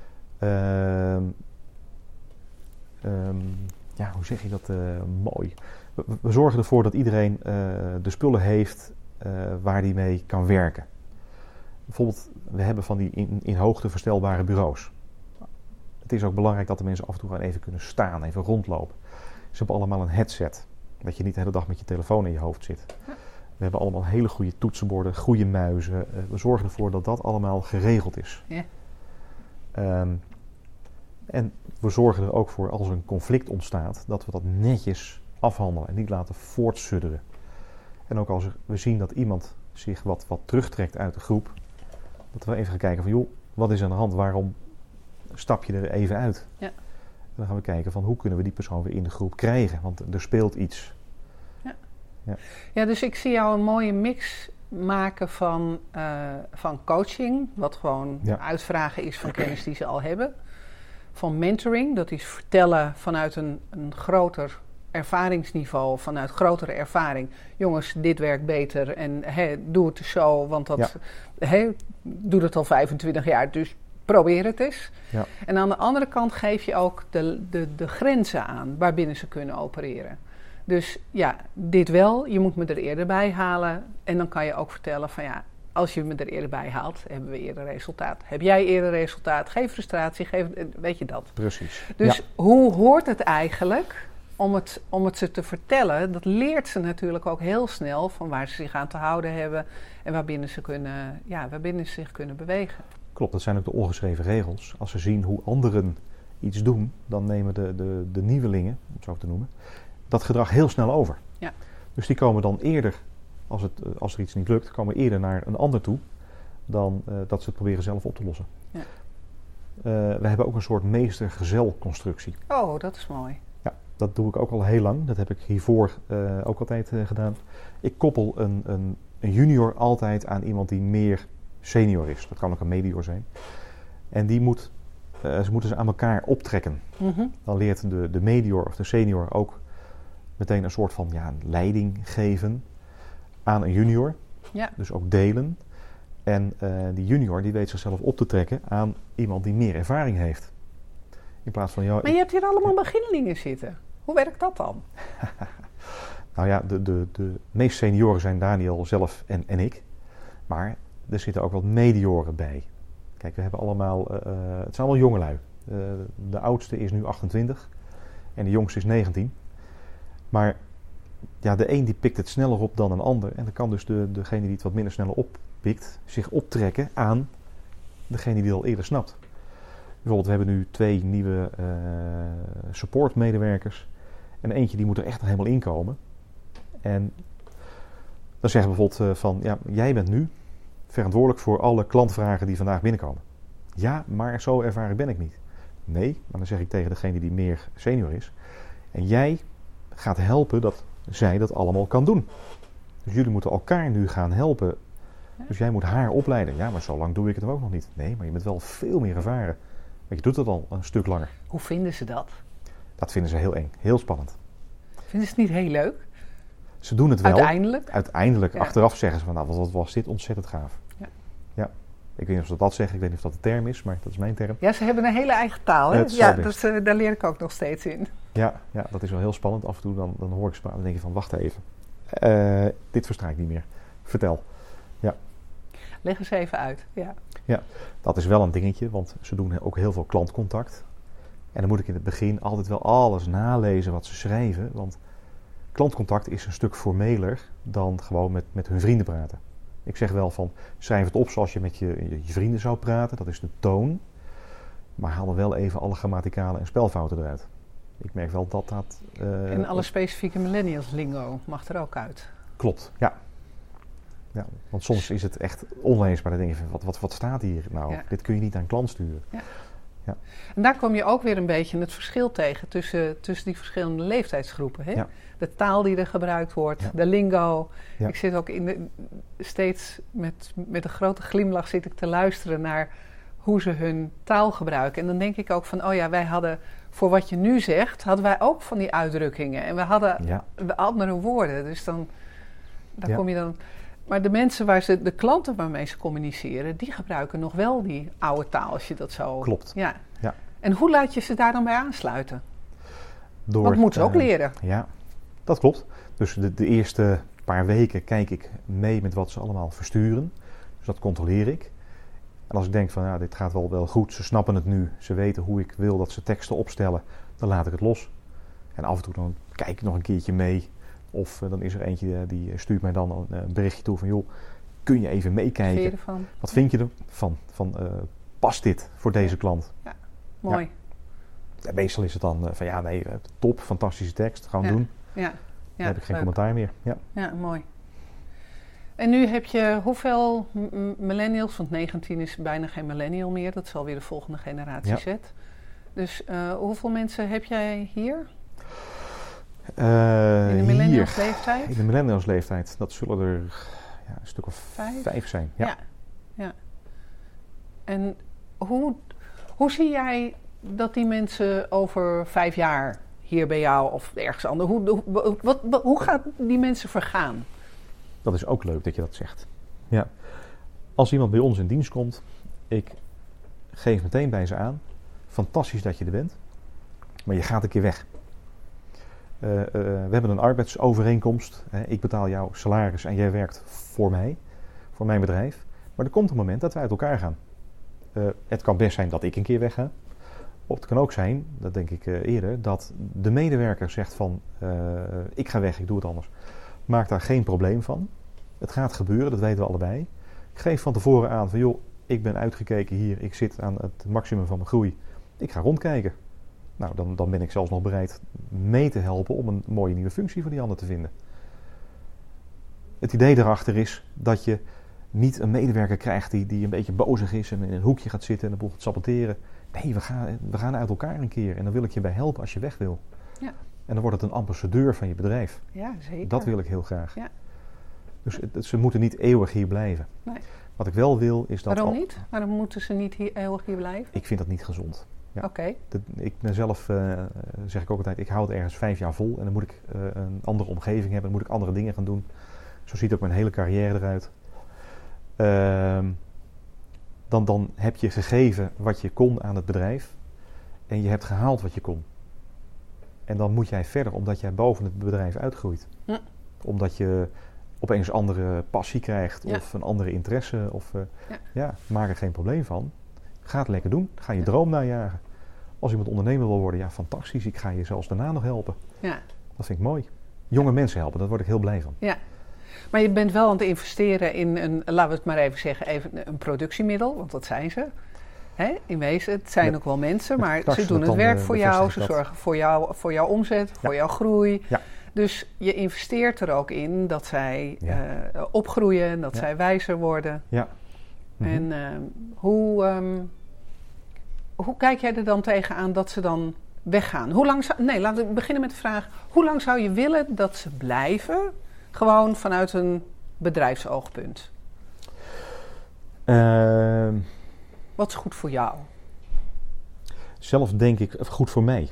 Hoe zeg je dat mooi? We zorgen ervoor dat iedereen de spullen heeft waar die mee kan werken. Bijvoorbeeld, we hebben van die in hoogte verstelbare bureaus. Het is ook belangrijk dat de mensen af en toe even kunnen staan, even rondlopen. Ze hebben allemaal een headset. Dat je niet de hele dag met je telefoon in je hoofd zit. Ja. We hebben allemaal hele goede toetsenborden, goede muizen. We zorgen ervoor dat dat allemaal geregeld is. Ja. En we zorgen er ook voor, als er een conflict ontstaat, dat we dat netjes afhandelen en niet laten voortsudderen. En ook als we zien dat iemand zich wat terugtrekt uit de groep, dat we even gaan kijken van, joh, wat is aan de hand? Waarom stap je er even uit? Ja. En dan gaan we kijken van, hoe kunnen we die persoon weer in de groep krijgen? Want er speelt iets. Ja, dus ik zie jou een mooie mix maken van coaching, wat gewoon uitvragen is van kennis die ze al hebben. Van mentoring, dat is vertellen vanuit een groter ervaringsniveau, vanuit grotere ervaring. Jongens, dit werkt beter en doe het zo, want doe het al 25 jaar, dus probeer het eens. Ja. En aan de andere kant geef je ook de grenzen aan waarbinnen ze kunnen opereren. Dus ja, dit wel, je moet me er eerder bij halen. En dan kan je ook vertellen van als je me er eerder bij haalt, hebben we eerder resultaat. Heb jij eerder resultaat? Geen frustratie, weet je dat. Precies. Dus hoe hoort het eigenlijk om het ze te vertellen? Dat leert ze natuurlijk ook heel snel van waar ze zich aan te houden hebben. En waarbinnen ze zich kunnen bewegen. Klopt, dat zijn ook de ongeschreven regels. Als ze zien hoe anderen iets doen, dan nemen de nieuwelingen, om het zo te noemen, dat gedrag heel snel over. Ja. Dus die komen dan eerder, als er iets niet lukt, komen eerder naar een ander toe dan dat ze het proberen zelf op te lossen. Ja. We hebben ook een soort meester-gezel-constructie. Oh, dat is mooi. Ja, dat doe ik ook al heel lang. Dat heb ik hiervoor ook altijd gedaan. Ik koppel een junior altijd aan iemand die meer senior is. Dat kan ook een medior zijn. En die moet ze moeten ze aan elkaar optrekken. Mhm. Dan leert de medior of de senior ook meteen een soort van leiding geven aan een junior. Ja. Dus ook delen. En die junior die weet zichzelf op te trekken aan iemand die meer ervaring heeft. In plaats van Maar je hebt hier allemaal beginnelingen zitten. Hoe werkt dat dan? Nou ja, de meest senioren zijn Daniel zelf en ik. Maar er zitten ook wat medioren bij. Kijk, we hebben allemaal, het zijn allemaal jongelui. De oudste is nu 28 en de jongste is 19. Maar ja, de een die pikt het sneller op dan een ander. En dan kan dus degene die het wat minder sneller oppikt zich optrekken aan degene die het al eerder snapt. Bijvoorbeeld, we hebben nu 2 nieuwe supportmedewerkers. En eentje die moet er echt nog helemaal inkomen. En dan zeggen we bijvoorbeeld van, ja, jij bent nu verantwoordelijk voor alle klantvragen die vandaag binnenkomen. Ja, maar zo ervaren ben ik niet. Nee, maar dan zeg ik tegen degene die meer senior is. En jij gaat helpen dat zij dat allemaal kan doen. Dus jullie moeten elkaar nu gaan helpen. Dus jij moet haar opleiden. Ja, maar zo lang doe ik het ook nog niet. Nee, maar je bent wel veel meer ervaren. Want je doet het al een stuk langer. Hoe vinden ze dat? Dat vinden ze heel eng. Heel spannend. Vinden ze het niet heel leuk? Ze doen het wel. Uiteindelijk? Ja. Achteraf zeggen ze van, nou, wat was dit ontzettend gaaf. Ja. Ik weet niet of ze dat zeggen. Ik weet niet of dat de term is, maar dat is mijn term. Ja, ze hebben een hele eigen taal. Hè? Ja, dus, daar leer ik ook nog steeds in. Ja, dat is wel heel spannend. Af en toe dan hoor ik ze praten en denk je van, wacht even. Dit versta ik niet meer. Vertel. Ja. Leg eens even uit. Ja, dat is wel een dingetje, want ze doen ook heel veel klantcontact. En dan moet ik in het begin altijd wel alles nalezen wat ze schrijven. Want klantcontact is een stuk formeler dan gewoon met hun vrienden praten. Ik zeg wel van, schrijf het op zoals je met je vrienden zou praten. Dat is de toon. Maar haal er wel even alle grammaticale en spelfouten eruit. Ik merk wel dat dat... en alle specifieke millennials lingo mag er ook uit. Klopt, ja. Want soms is het echt onleesbaar. Dan denk je van, wat staat hier nou? Ja. Dit kun je niet aan klant sturen. Ja. En daar kom je ook weer een beetje het verschil tegen tussen die verschillende leeftijdsgroepen. Hè? Ja. De taal die er gebruikt wordt, de lingo. Ja. Ik zit ook steeds met een grote glimlach zit ik te luisteren naar hoe ze hun taal gebruiken. En dan denk ik ook van, oh ja, wij hadden, voor wat je nu zegt, hadden wij ook van die uitdrukkingen. En we hadden andere woorden. Dus daar kom je dan... Maar de mensen de klanten waarmee ze communiceren, die gebruiken nog wel die oude taal, als je dat zo... Klopt. Ja. En hoe laat je ze daar dan bij aansluiten? Want moeten ze ook leren. Ja, dat klopt. Dus de eerste paar weken kijk ik mee met wat ze allemaal versturen. Dus dat controleer ik. En als ik denk van, dit gaat wel goed, ze snappen het nu, ze weten hoe ik wil dat ze teksten opstellen, dan laat ik het los. En af en toe dan kijk ik nog een keertje mee. Of dan is er eentje die stuurt mij dan een berichtje toe van, joh, kun je even meekijken? Wat vind je ervan? Past dit voor deze klant? Ja, mooi. Ja, meestal is het dan van, top, fantastische tekst, gaan we doen. Ja. Dan heb ik geen commentaar meer. Ja, mooi. En nu heb je hoeveel millennials? Want 19 is bijna geen millennial meer. Dat zal weer de volgende generatie Z. Dus hoeveel mensen heb jij hier? In de millennialsleeftijd? In de millennialsleeftijd. Dat zullen er een stuk of 5 zijn. Ja. En hoe zie jij dat die mensen over 5 jaar hier bij jou of ergens anders... Hoe gaan die mensen vergaan? Dat is ook leuk dat je dat zegt. Ja. Als iemand bij ons in dienst komt, ik geef meteen bij ze aan, fantastisch dat je er bent, maar je gaat een keer weg. We hebben een arbeidsovereenkomst. Ik betaal jouw salaris en jij werkt voor mij, voor mijn bedrijf. Maar er komt een moment dat wij uit elkaar gaan. Het kan best zijn dat ik een keer wegga. Of het kan ook zijn, dat denk ik eerder, dat de medewerker zegt van, ik ga weg, ik doe het anders. Maak daar geen probleem van. Het gaat gebeuren, dat weten we allebei. Ik geef van tevoren aan van, joh, ik ben uitgekeken hier, ik zit aan het maximum van mijn groei. Ik ga rondkijken. Nou, dan ben ik zelfs nog bereid mee te helpen om een mooie nieuwe functie voor die ander te vinden. Het idee daarachter is dat je niet een medewerker krijgt die een beetje bozig is en in een hoekje gaat zitten en de boel gaat saboteren. Nee, we gaan uit elkaar een keer en dan wil ik je bij helpen als je weg wil. Ja. En dan wordt het een ambassadeur van je bedrijf. Ja, zeker. Dat wil ik heel graag. Ja. Dus ze moeten niet eeuwig hier blijven. Nee. Wat ik wel wil is dat... Waarom niet? Waarom moeten ze niet eeuwig hier blijven? Ik vind dat niet gezond. Ja. Oké. Ik ben zelf, zeg ik ook altijd, ik hou het ergens 5 jaar vol. En dan moet ik een andere omgeving hebben. Dan moet ik andere dingen gaan doen. Zo ziet ook mijn hele carrière eruit. Dan heb je gegeven wat je kon aan het bedrijf. En je hebt gehaald wat je kon. En dan moet jij verder, omdat jij boven het bedrijf uitgroeit. Ja. Omdat je opeens andere passie krijgt of een andere interesse. Of, maak er geen probleem van. Ga het lekker doen. Ga je droom najagen. Als iemand ondernemer wil worden, ja, fantastisch. Ik ga je zelfs daarna nog helpen. Ja. Dat vind ik mooi. Jonge mensen helpen, daar word ik heel blij van. Ja. Maar je bent wel aan het investeren in laten we het maar even zeggen, een productiemiddel. Want dat zijn ze. Hè? In wezen, het zijn ook wel mensen, maar ze doen het werk voor jou. Ze zorgen voor jouw omzet, voor jouw groei. Ja. Dus je investeert er ook in dat zij opgroeien, dat zij wijzer worden. Ja. Mm-hmm. En hoe kijk jij er dan tegenaan dat ze dan weggaan? Laten we beginnen met de vraag, hoe lang zou je willen dat ze blijven? Gewoon vanuit een bedrijfsoogpunt. Wat is goed voor jou? Zelf denk ik, goed voor mij.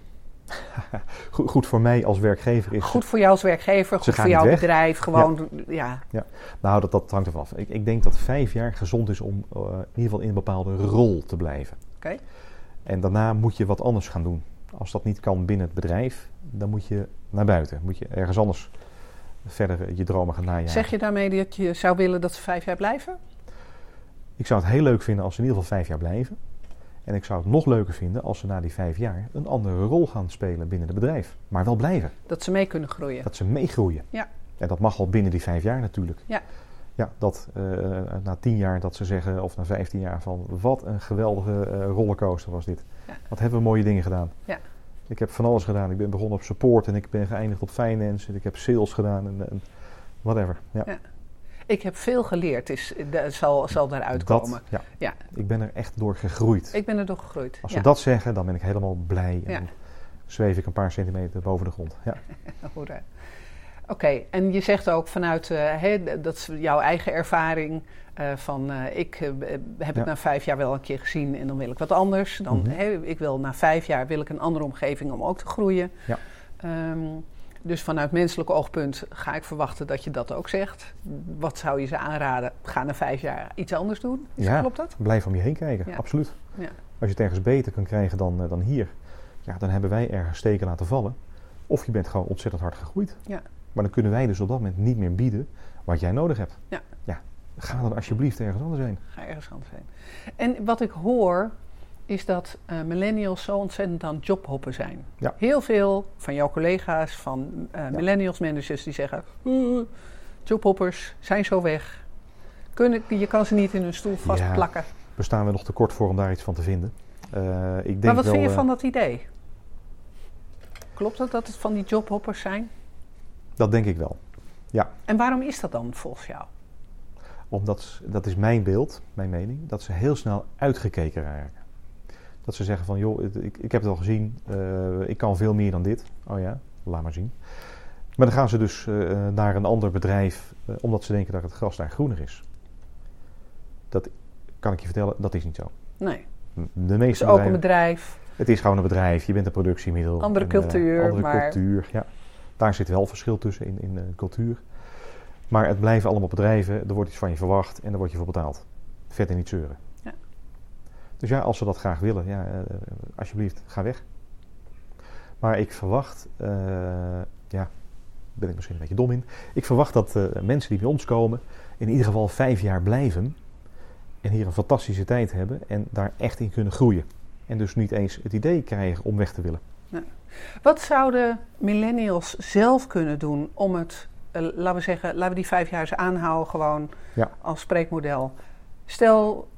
Goed voor mij als werkgever is... Goed voor jou als werkgever, goed voor jouw bedrijf. Gewoon, ja. Nou, dat hangt ervan af. Ik denk dat 5 jaar gezond is om in ieder geval in een bepaalde rol te blijven. Okay. En daarna moet je wat anders gaan doen. Als dat niet kan binnen het bedrijf, dan moet je naar buiten. Moet je ergens anders verder je dromen gaan najagen. Zeg je daarmee dat je zou willen dat ze 5 jaar blijven? Ik zou het heel leuk vinden als ze in ieder geval 5 jaar blijven. En ik zou het nog leuker vinden als ze na die 5 jaar een andere rol gaan spelen binnen het bedrijf. Maar wel blijven. Dat ze mee kunnen groeien. Dat ze meegroeien. Ja. En dat mag al binnen die 5 jaar natuurlijk. Ja. Ja, dat na 10 jaar dat ze zeggen, of na 15 jaar van wat een geweldige rollercoaster was dit. Ja. Wat hebben we mooie dingen gedaan. Ja. Ik heb van alles gedaan. Ik ben begonnen op support en ik ben geëindigd op finance. En ik heb sales gedaan en whatever. Ja. Ja. Ik heb veel geleerd, zal daaruit komen. Ja. Ik ben er echt door gegroeid. Ik ben er door gegroeid. Als we dat zeggen, dan ben ik helemaal blij. En dan zweef ik een paar centimeter boven de grond. Ja. Hoera. Oké, en je zegt ook vanuit dat is jouw eigen ervaring ik heb het na 5 jaar wel een keer gezien en dan wil ik wat anders. Dan, ik wil na 5 jaar wil ik een andere omgeving om ook te groeien. Ja. Dus vanuit menselijk oogpunt ga ik verwachten dat je dat ook zegt. Wat zou je ze aanraden? Ga na 5 jaar iets anders doen? Klopt dat? Blijf om je heen kijken, absoluut. Ja. Als je het ergens beter kan krijgen dan hier, dan hebben wij ergens steken laten vallen. Of je bent gewoon ontzettend hard gegroeid. Ja. Maar dan kunnen wij dus op dat moment niet meer bieden wat jij nodig hebt. Ja. Ga dan alsjeblieft ergens anders heen. Ga ergens anders heen. En wat ik hoor is dat millennials zo ontzettend aan het jobhoppen zijn. Ja. Heel veel van jouw collega's, van millennials managers die zeggen, jobhoppers zijn zo weg. Je kan ze niet in hun stoel vastplakken. We staan we nog te kort voor om daar iets van te vinden. Ik denk maar wat vind je van dat idee? Klopt het dat het van die jobhoppers zijn? Dat denk ik wel, ja. En waarom is dat dan volgens jou? Omdat, dat is mijn beeld, mijn mening, dat ze heel snel uitgekeken raken. Dat ze zeggen van, joh, ik heb het al gezien, ik kan veel meer dan dit. Oh ja, laat maar zien. Maar dan gaan ze dus naar een ander bedrijf, omdat ze denken dat het gras daar groener is. Dat kan ik je vertellen, dat is niet zo. Nee. De meeste het is ook een bedrijf. Het is gewoon een bedrijf, je bent een productiemiddel. Andere cultuur. Cultuur, ja. Daar zit wel verschil tussen in cultuur. Maar het blijven allemaal bedrijven, er wordt iets van je verwacht en daar word je voor betaald. Verder niet zeuren. Ja. Dus ja, als ze dat graag willen, alsjeblieft, ga weg. Maar ik verwacht, ben ik misschien een beetje dom in. Ik verwacht dat mensen die bij ons komen in ieder geval 5 jaar blijven en hier een fantastische tijd hebben en daar echt in kunnen groeien. En dus niet eens het idee krijgen om weg te willen. Nee. Wat zouden millennials zelf kunnen doen om het, laten we die 5 jaar eens aanhouden gewoon als spreekmodel. Stel,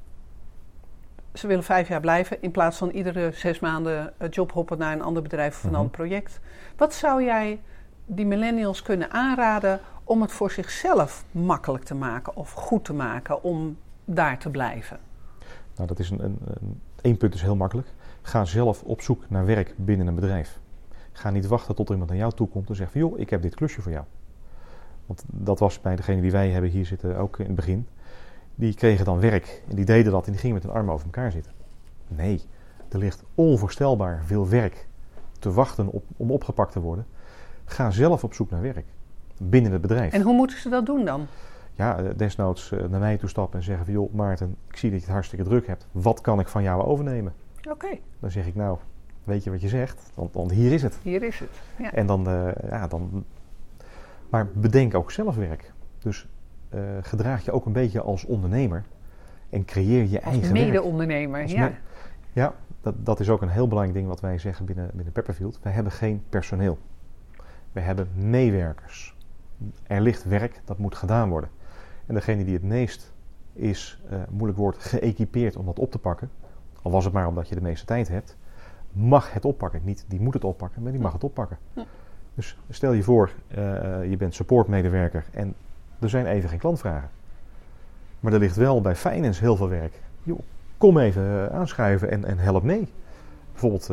ze willen 5 jaar blijven in plaats van iedere 6 maanden jobhoppen naar een ander bedrijf of een ander project. Wat zou jij die millennials kunnen aanraden om het voor zichzelf makkelijk te maken of goed te maken om daar te blijven? Nou, dat is één punt is heel makkelijk. Ga zelf op zoek naar werk binnen een bedrijf. Ga niet wachten tot er iemand naar jou toe komt en zegt van, joh, ik heb dit klusje voor jou. Want dat was bij degene die wij hebben hier zitten ook in het begin. die kregen dan werk en die deden dat en die gingen met hun armen over elkaar zitten. Nee, er ligt onvoorstelbaar veel werk te wachten om opgepakt te worden. Ga zelf op zoek naar werk binnen het bedrijf. En hoe moeten ze dat doen dan? Ja, desnoods naar mij toe stappen en zeggen van... joh, Maarten, ik zie dat je het hartstikke druk hebt. Wat kan ik van jou overnemen? Oké. Dan zeg ik, nou, weet je wat je zegt? Want hier is het. Hier is het, ja. En dan... Maar bedenk ook zelf werk. Dus gedraag je ook een beetje als ondernemer. En creëer je eigen werk. Als mede-ondernemer, ja. Ja, dat is ook een heel belangrijk ding wat wij zeggen binnen Pepperfield. Wij hebben geen personeel. Wij hebben meewerkers. Er ligt werk, dat moet gedaan worden. En degene die het meest is, moeilijk woord, geëquipeerd om dat op te pakken, al was het maar omdat je de meeste tijd hebt, mag het oppakken. Niet die moet het oppakken, maar die mag het oppakken. Ja. Dus stel je voor, je bent supportmedewerker en er zijn even geen klantvragen. Maar er ligt wel bij finance heel veel werk. Joh, kom even aanschuiven en help mee. Bijvoorbeeld,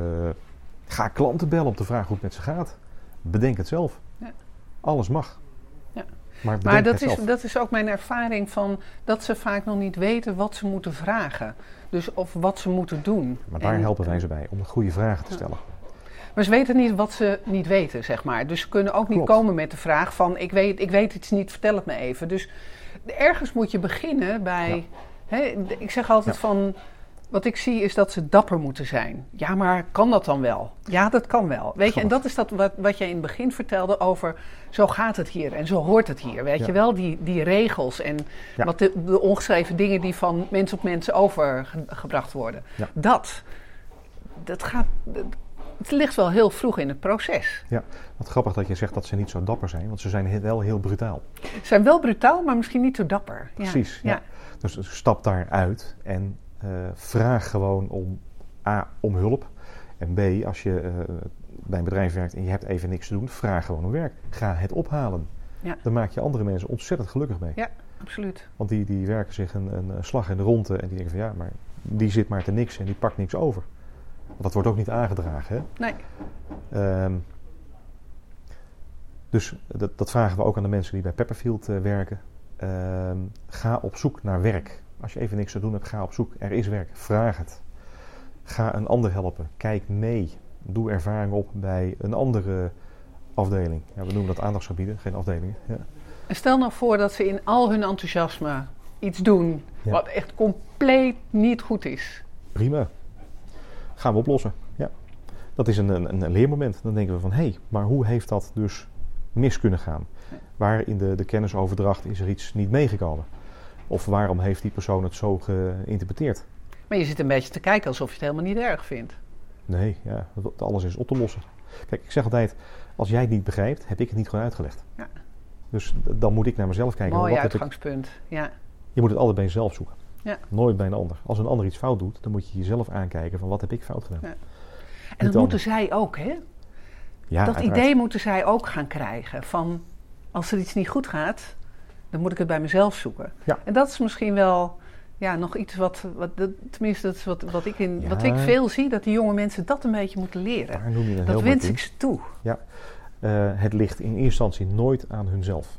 ga klanten bellen om te vragen hoe het met ze gaat. Bedenk het zelf. Ja. Alles mag. Ja. Maar dat is ook mijn ervaring van dat ze vaak nog niet weten wat ze moeten vragen. Dus of wat ze moeten doen. Maar daar helpen wij ze bij om goede vragen te stellen. Maar ze weten niet wat ze niet weten, zeg maar. Dus ze kunnen ook niet komen met de vraag van ik weet iets niet, vertel het me even. Dus ergens moet je beginnen bij... Ja. Ik zeg altijd van... Wat ik zie is dat ze dapper moeten zijn. Ja, maar kan dat dan wel? Ja, dat kan wel. Weet je, en dat is wat jij in het begin vertelde over... zo gaat het hier en zo hoort het hier. Weet je wel, die regels en wat de ongeschreven dingen... die van mens op mens overgebracht worden. Ja. Dat gaat... Het ligt wel heel vroeg in het proces. Ja, wat grappig dat je zegt dat ze niet zo dapper zijn. Want ze zijn wel heel brutaal. Ze zijn wel brutaal, maar misschien niet zo dapper. Precies, ja. Dus stap daaruit en vraag gewoon om hulp. En B, als je bij een bedrijf werkt en je hebt even niks te doen, vraag gewoon om werk. Ga het ophalen. Ja. Dan maak je andere mensen ontzettend gelukkig mee. Ja, absoluut. Want die werken zich een slag in de ronde en die denken van ja, maar die zit maar te niks en die pakt niks over. Want dat wordt ook niet aangedragen, hè? Nee. Dus dat vragen we ook aan de mensen die bij Pepperfield werken. Ga op zoek naar werk. Als je even niks te doen hebt, ga op zoek. Er is werk. Vraag het. Ga een ander helpen. Kijk mee. Doe ervaring op bij een andere afdeling. Ja, we noemen dat aandachtsgebieden, geen afdelingen. Ja. En stel nou voor dat ze in al hun enthousiasme iets doen wat echt compleet niet goed is. Prima. Gaan we oplossen. Ja. Dat is een leermoment. Dan denken we van, hé, maar hoe heeft dat dus mis kunnen gaan? Waar in de kennisoverdracht is er iets niet meegekomen? Of waarom heeft die persoon het zo geïnterpreteerd? Maar je zit een beetje te kijken alsof je het helemaal niet erg vindt. Nee, ja, alles is op te lossen. Kijk, ik zeg altijd, als jij het niet begrijpt, heb ik het niet gewoon uitgelegd. Ja. Dus dan moet ik naar mezelf kijken. Mooi uitgangspunt, ja. Je moet het altijd bij jezelf zoeken. Ja. Nooit bij een ander. Als een ander iets fout doet, dan moet je jezelf aankijken van wat heb ik fout gedaan. Ja. En dat moeten zij ook, hè? Ja, dat uiteraard. idee moeten zij ook gaan krijgen. Van, als er iets niet goed gaat, dan moet ik het bij mezelf zoeken. Ja. En dat is misschien wel nog iets tenminste dat is wat ik veel zie, dat die jonge mensen dat een beetje moeten leren. Daar noem je dat wens ik ze toe. Ja. Het ligt in eerste instantie nooit aan hunzelf.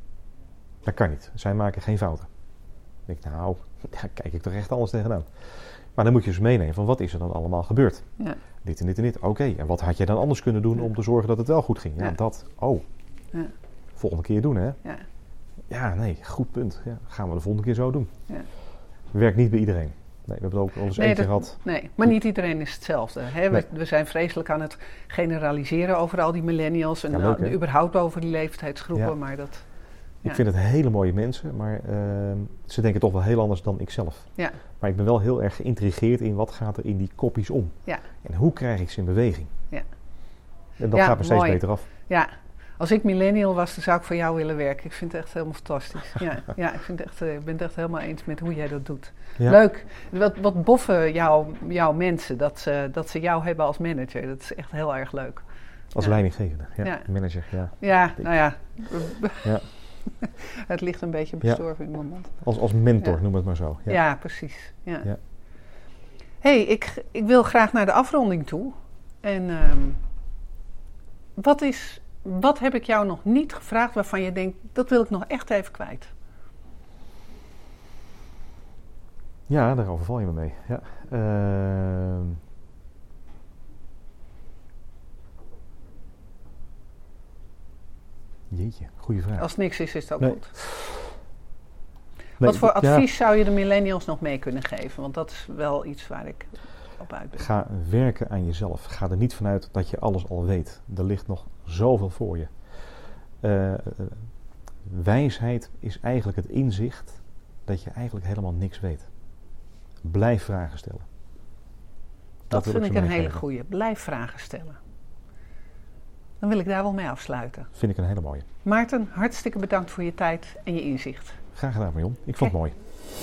Dat kan niet. Zij maken geen fouten. Dan denk ik, daar kijk ik toch echt anders tegenaan. Maar dan moet je dus meenemen van wat is er dan allemaal gebeurd. Ja. Dit en dit en dit. Oké, en wat had jij dan anders kunnen doen om te zorgen dat het wel goed ging? Ja, dat. Ja. Volgende keer doen, hè? Ja, nee, goed punt. Ja, gaan we de volgende keer zo doen. Ja. Werkt niet bij iedereen. Nee, we hebben het ook al eens één keer gehad. Nee, maar niet iedereen is hetzelfde. Hè? Nee. We zijn vreselijk aan het generaliseren over al die millennials en leuk, überhaupt over die leeftijdsgroepen. Ja. Maar dat... Ik vind het hele mooie mensen, maar ze denken toch wel heel anders dan ik zelf. Ja. Maar ik ben wel heel erg geïntrigeerd in wat gaat er in die koppies om. Ja. En hoe krijg ik ze in beweging. Ja. En dat gaat me steeds beter af. Ja, als ik millennial was, dan zou ik voor jou willen werken. Ik vind het echt helemaal fantastisch. Ja, ik ben het echt helemaal eens met hoe jij dat doet. Ja. Leuk. Wat boffen jouw mensen, dat ze jou hebben als manager. Dat is echt heel erg leuk. Als leidinggevende, manager, Ja, nou ja. Ja. Het ligt een beetje bestorven in mijn mond. Als mentor, noem het maar zo. Ja, precies. Ja. Ja. Hey, ik wil graag naar de afronding toe. En wat heb ik jou nog niet gevraagd waarvan je denkt, dat wil ik nog echt even kwijt? Ja, daar overval je me mee. Ja. Jeetje, goede vraag. Als niks is het ook goed. Nee, wat voor advies zou je de millennials nog mee kunnen geven? Want dat is wel iets waar ik op uit ben. Ga werken aan jezelf. Ga er niet vanuit dat je alles al weet. Er ligt nog zoveel voor je. Wijsheid is eigenlijk het inzicht dat je eigenlijk helemaal niks weet. Blijf vragen stellen. Dat vind ik een hele goeie. Blijf vragen stellen. Dan wil ik daar wel mee afsluiten. Vind ik een hele mooie. Maarten, hartstikke bedankt voor je tijd en je inzicht. Graag gedaan, Marion. Ik vond het mooi.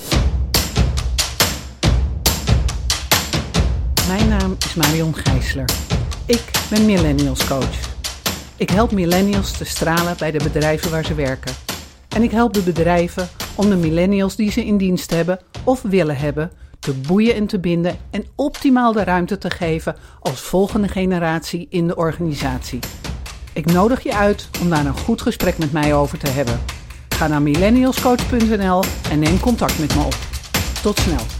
Mijn naam is Marion Gijsler. Ik ben Millennials Coach. Ik help millennials te stralen bij de bedrijven waar ze werken. En ik help de bedrijven om de millennials die ze in dienst hebben of willen hebben te boeien en te binden en optimaal de ruimte te geven als volgende generatie in de organisatie. Ik nodig je uit om daar een goed gesprek met mij over te hebben. Ga naar millennialscoach.nl en neem contact met me op. Tot snel.